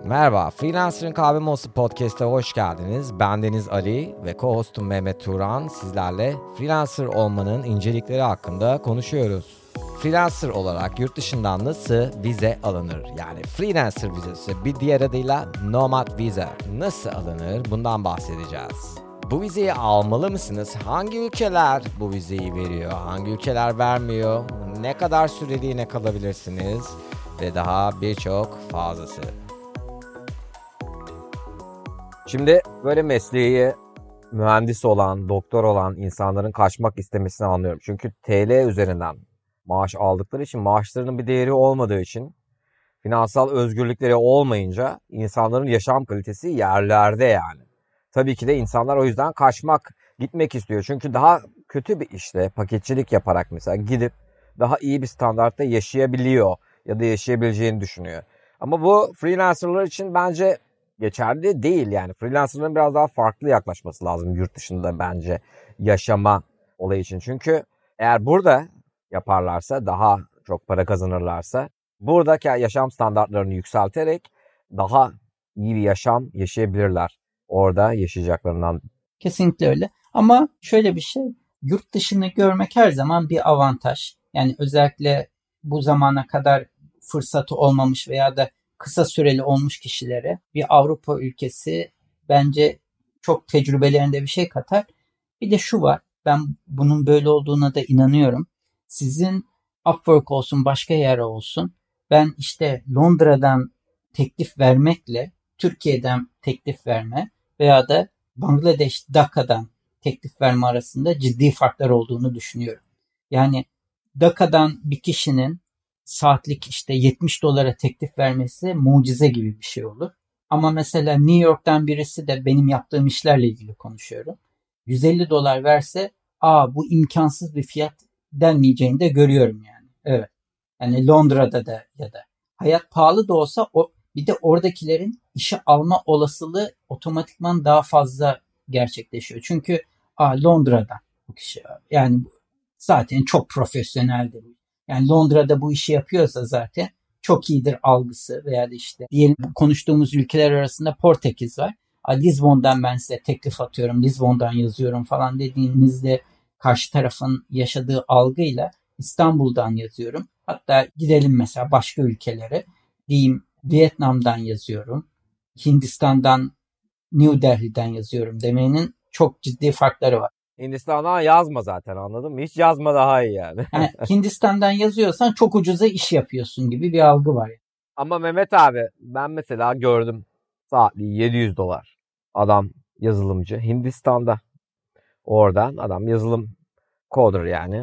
Merhaba, Freelancer'ın Kahve Molası Podcast'a hoş geldiniz. Bendeniz Ali ve co-hostum Mehmet Turan sizlerle freelancer olmanın incelikleri hakkında konuşuyoruz. Freelancer olarak yurt dışından nasıl vize alınır? Yani freelancer vizesi, bir diğer adıyla nomad vize nasıl alınır? Bundan bahsedeceğiz. Bu vizeyi almalı mısınız? Hangi ülkeler bu vizeyi veriyor? Hangi ülkeler vermiyor? Ne kadar süreliğine kalabilirsiniz? Ve daha birçok fazlası. Şimdi böyle mesleği mühendis olan, doktor olan insanların kaçmak istemesini anlıyorum. Çünkü TL üzerinden maaş aldıkları için, maaşlarının bir değeri olmadığı için, finansal özgürlükleri olmayınca insanların yaşam kalitesi yerlerde yani. Tabii ki de insanlar o yüzden kaçmak, gitmek istiyor. Çünkü daha kötü bir işte paketçilik yaparak mesela gidip daha iyi bir standartta yaşayabiliyor ya da yaşayabileceğini düşünüyor. Ama bu freelancerlar için bence geçerli değil yani. Freelancerların biraz daha farklı yaklaşması lazım yurt dışında bence yaşama olayı için. Çünkü eğer burada yaparlarsa, daha çok para kazanırlarsa, buradaki yaşam standartlarını yükselterek daha iyi bir yaşam yaşayabilirler. Orada yaşayacaklarından. Kesinlikle öyle. Ama şöyle bir şey, yurt dışını görmek her zaman bir avantaj. Yani özellikle bu zamana kadar fırsatı olmamış veya da kısa süreli olmuş kişilere bir Avrupa ülkesi bence çok tecrübelerinde bir şey katar. Bir de şu var, ben bunun böyle olduğuna da inanıyorum. Sizin Upwork olsun, başka yer olsun, ben işte Londra'dan teklif vermekle Türkiye'den teklif verme veya da Bangladeş, Dhaka'dan teklif verme arasında ciddi farklar olduğunu düşünüyorum. Yani Dhaka'dan bir kişinin saatlik işte $70 teklif vermesi mucize gibi bir şey olur. Ama mesela New York'tan birisi de benim yaptığım işlerle ilgili konuşuyorum. $150 verse, bu imkansız bir fiyat denmeyeceğini de görüyorum yani. Evet. Yani Londra'da da ya da hayat pahalı da olsa bir de oradakilerin işe alma olasılığı otomatikman daha fazla gerçekleşiyor. Çünkü Londra'dan bu kişi yani zaten çok profesyoneldir. Yani Londra'da bu işi yapıyorsa zaten çok iyidir algısı veya da işte diyelim konuştuğumuz ülkeler arasında Portekiz var. Lizbon'dan ben size teklif atıyorum, Lizbon'dan yazıyorum falan dediğinizde karşı tarafın yaşadığı algıyla İstanbul'dan yazıyorum. Hatta gidelim mesela başka ülkelere. Diyeyim Vietnam'dan yazıyorum. Hindistan'dan, New Delhi'den yazıyorum demenin çok ciddi farkları var. Hindistan'dan yazma zaten, anladın mı? Hiç yazma, daha iyi yani. Yani Hindistan'dan yazıyorsan çok ucuza iş yapıyorsun gibi bir algı var. Ama Mehmet abi, ben mesela gördüm saatliği $700. Adam yazılımcı Hindistan'da. Oradan adam yazılım coder yani.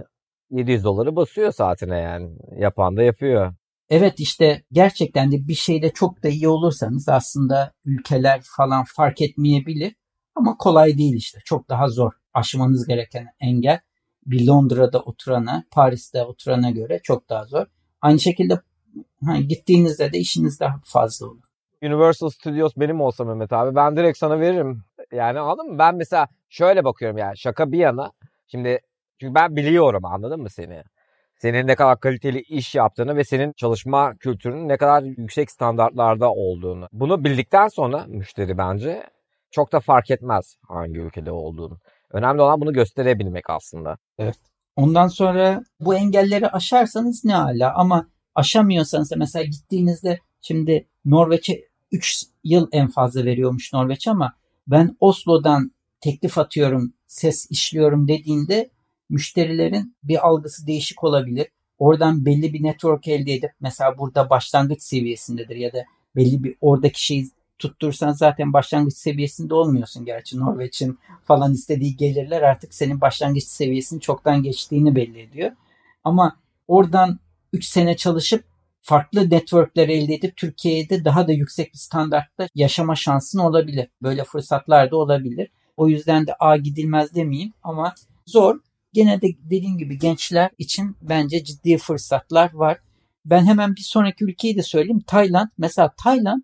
$700 basıyor saatine yani. Yapan da yapıyor. Evet, işte gerçekten de bir şeyde çok da iyi olursanız aslında ülkeler falan fark etmeyebilir. Ama kolay değil işte. Çok daha zor. Aşmanız gereken engel bir Londra'da oturana, Paris'te oturana göre çok daha zor. Aynı şekilde gittiğinizde de işiniz daha fazla olur. Universal Studios benim olsa Mehmet abi, ben direkt sana veririm. Yani anladın mı? Ben mesela şöyle bakıyorum yani, şaka bir yana. Şimdi çünkü ben biliyorum, anladın mı seni? Senin ne kadar kaliteli iş yaptığını ve senin çalışma kültürünün ne kadar yüksek standartlarda olduğunu. Bunu bildikten sonra müşteri bence çok da fark etmez hangi ülkede olduğunu. Önemli olan bunu gösterebilmek aslında. Evet. Ondan sonra bu engelleri aşarsanız ne ala, ama aşamıyorsanız da mesela gittiğinizde, şimdi Norveç'e 3 yıl en fazla veriyormuş Norveç, ama ben Oslo'dan teklif atıyorum, ses işliyorum dediğinde müşterilerin bir algısı değişik olabilir. Oradan belli bir network elde edip mesela burada başlangıç seviyesindedir ya da belli bir oradaki şeyi tuttursan zaten başlangıç seviyesinde olmuyorsun. Gerçi Norveç'in falan istediği gelirler artık senin başlangıç seviyesini çoktan geçtiğini belli ediyor. Ama oradan 3 sene çalışıp farklı networkler elde edip Türkiye'de daha da yüksek bir standartta yaşama şansın olabilir. Böyle fırsatlar da olabilir. O yüzden de gidilmez demeyeyim ama zor. Gene de dediğim gibi gençler için bence ciddi fırsatlar var. Ben hemen bir sonraki ülkeyi de söyleyeyim. Tayland. Mesela Tayland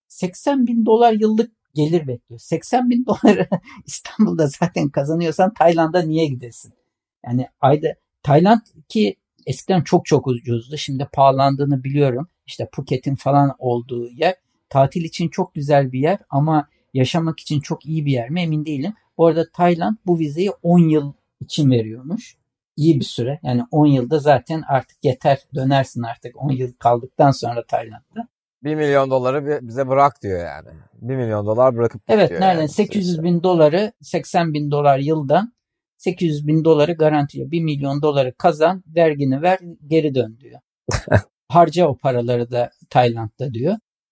$80.000 yıllık gelir bekliyor. $80.000 İstanbul'da zaten kazanıyorsan Tayland'a niye gidesin? Yani ayda Tayland, ki eskiden çok çok ucuzdu. Şimdi pahalandığını biliyorum. İşte Phuket'in falan olduğu yer. tatil için çok güzel bir yer ama yaşamak için çok iyi bir yer mi emin değilim. Bu arada Tayland bu vizeyi 10 yıl için veriyormuş. İyi bir süre. Yani 10 yılda zaten artık yeter, dönersin artık 10 yıl kaldıktan sonra Tayland'da. 1 milyon doları bize bırak diyor yani. 1 milyon dolar bırakıp Evet, gidiyor nereden? yani. 800 bin doları, 80 bin dolar yıldan 800 bin doları garantiliyor. 1 milyon doları kazan, vergini ver, geri dön diyor. Harca o paraları da Tayland'da diyor.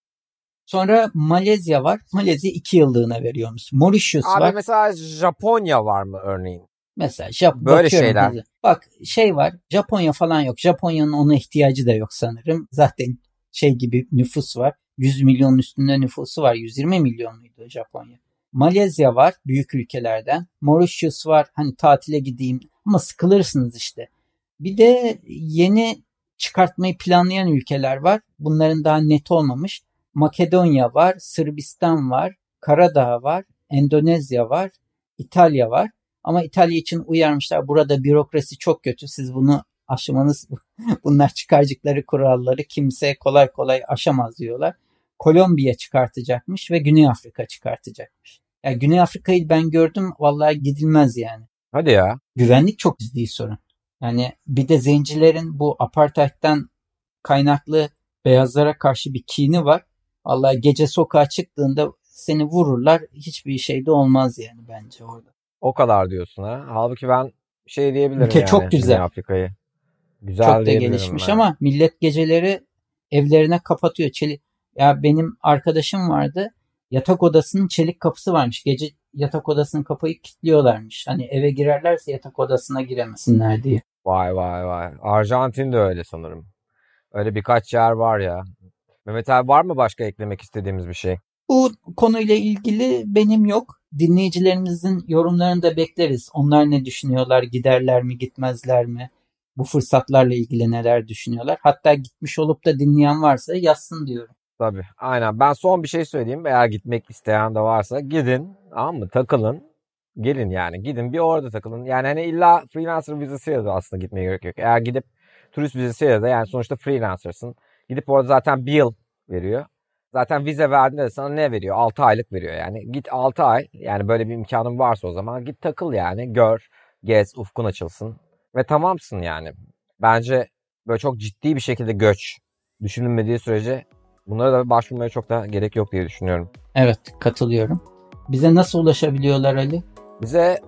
Sonra Malezya var. Malezya 2 yıllığına veriyormuş. Mauritius Abi var. mesela Japonya var mı örneğin? Mesela Böyle şeyler. bize. Bak var. Japonya falan yok. Japonya'nın ona ihtiyacı da yok sanırım. Zaten gibi nüfus var. 100 milyonun üstünde nüfusu var. 120 milyon muydu Japonya? Malezya var büyük ülkelerden. Mauritius var. Hani tatile gideyim ama sıkılırsınız işte. Bir de yeni çıkartmayı planlayan ülkeler var. Bunların daha net olmamış. Makedonya var, Sırbistan var, Karadağ var, Endonezya var, İtalya var. Ama İtalya için uyarmışlar. Burada bürokrasi çok kötü. Siz bunu aşamanız, bunlar çıkarcıkları kuralları kimse kolay kolay aşamaz diyorlar. Kolombiya çıkartacakmış ve Güney Afrika çıkartacakmış. Yani Güney Afrika'yı ben gördüm. Vallahi gidilmez yani. Hadi ya. Güvenlik çok ciddi sorun. Yani bir de zencilerin bu apartheid'den kaynaklı beyazlara karşı bir kini var. Vallahi gece sokağa çıktığında seni vururlar. Hiçbir şey de olmaz yani bence orada. O kadar diyorsun ha. Halbuki ben diyebilirim Ülke yani. çok güzel. Güney Afrika'yı. Güzel Çok da gelişmiş ben. ama millet geceleri evlerine kapatıyor. Ya benim arkadaşım vardı. Yatak odasının çelik kapısı varmış. Gece yatak odasının kapıyı kilitliyorlarmış. Hani eve girerlerse yatak odasına giremesinler diye. Vay. Arjantin de öyle sanırım. Öyle birkaç yer var ya. Mehmet abi var mı başka eklemek istediğimiz bir şey? Bu konuyla ilgili benim yok. Dinleyicilerimizin yorumlarını da bekleriz. Onlar ne düşünüyorlar? Giderler mi, gitmezler mi? Bu fırsatlarla ilgili neler düşünüyorlar? Hatta gitmiş olup da dinleyen varsa yazsın diyorum. Tabii. Aynen. Ben son bir şey söyleyeyim. Eğer gitmek isteyen de varsa gidin. Tamam mı? Takılın. Gelin yani. Gidin bir orada takılın. Yani hani illa freelancer vizesiyle de aslında gitmeye gerek yok. Eğer gidip turist vizesiyle de yani sonuçta freelancer'sın. Gidip orada zaten bir yıl veriyor. Zaten vize verdiğinde de sana ne veriyor? 6 aylık veriyor yani. Git 6 ay. Yani böyle bir imkanın varsa o zaman git takıl yani. Gör, gez, ufkun açılsın. Ve tamamsın yani. Bence böyle çok ciddi bir şekilde göç düşünülmediği sürece bunlara da başvurmaya çok da gerek yok diye düşünüyorum. Evet, katılıyorum. Bize nasıl ulaşabiliyorlar Ali? Bize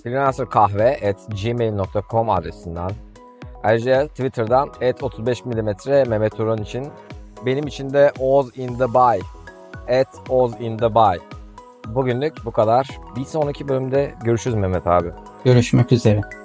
freelancerkahve@gmail.com adresinden. Ayrıca Twitter'dan @35mm Mehmet Turan için. Benim için de Oz in the Bay. @Oz in the Bay. Bugünlük bu kadar. Bir sonraki bölümde görüşürüz Mehmet abi. Görüşmek üzere.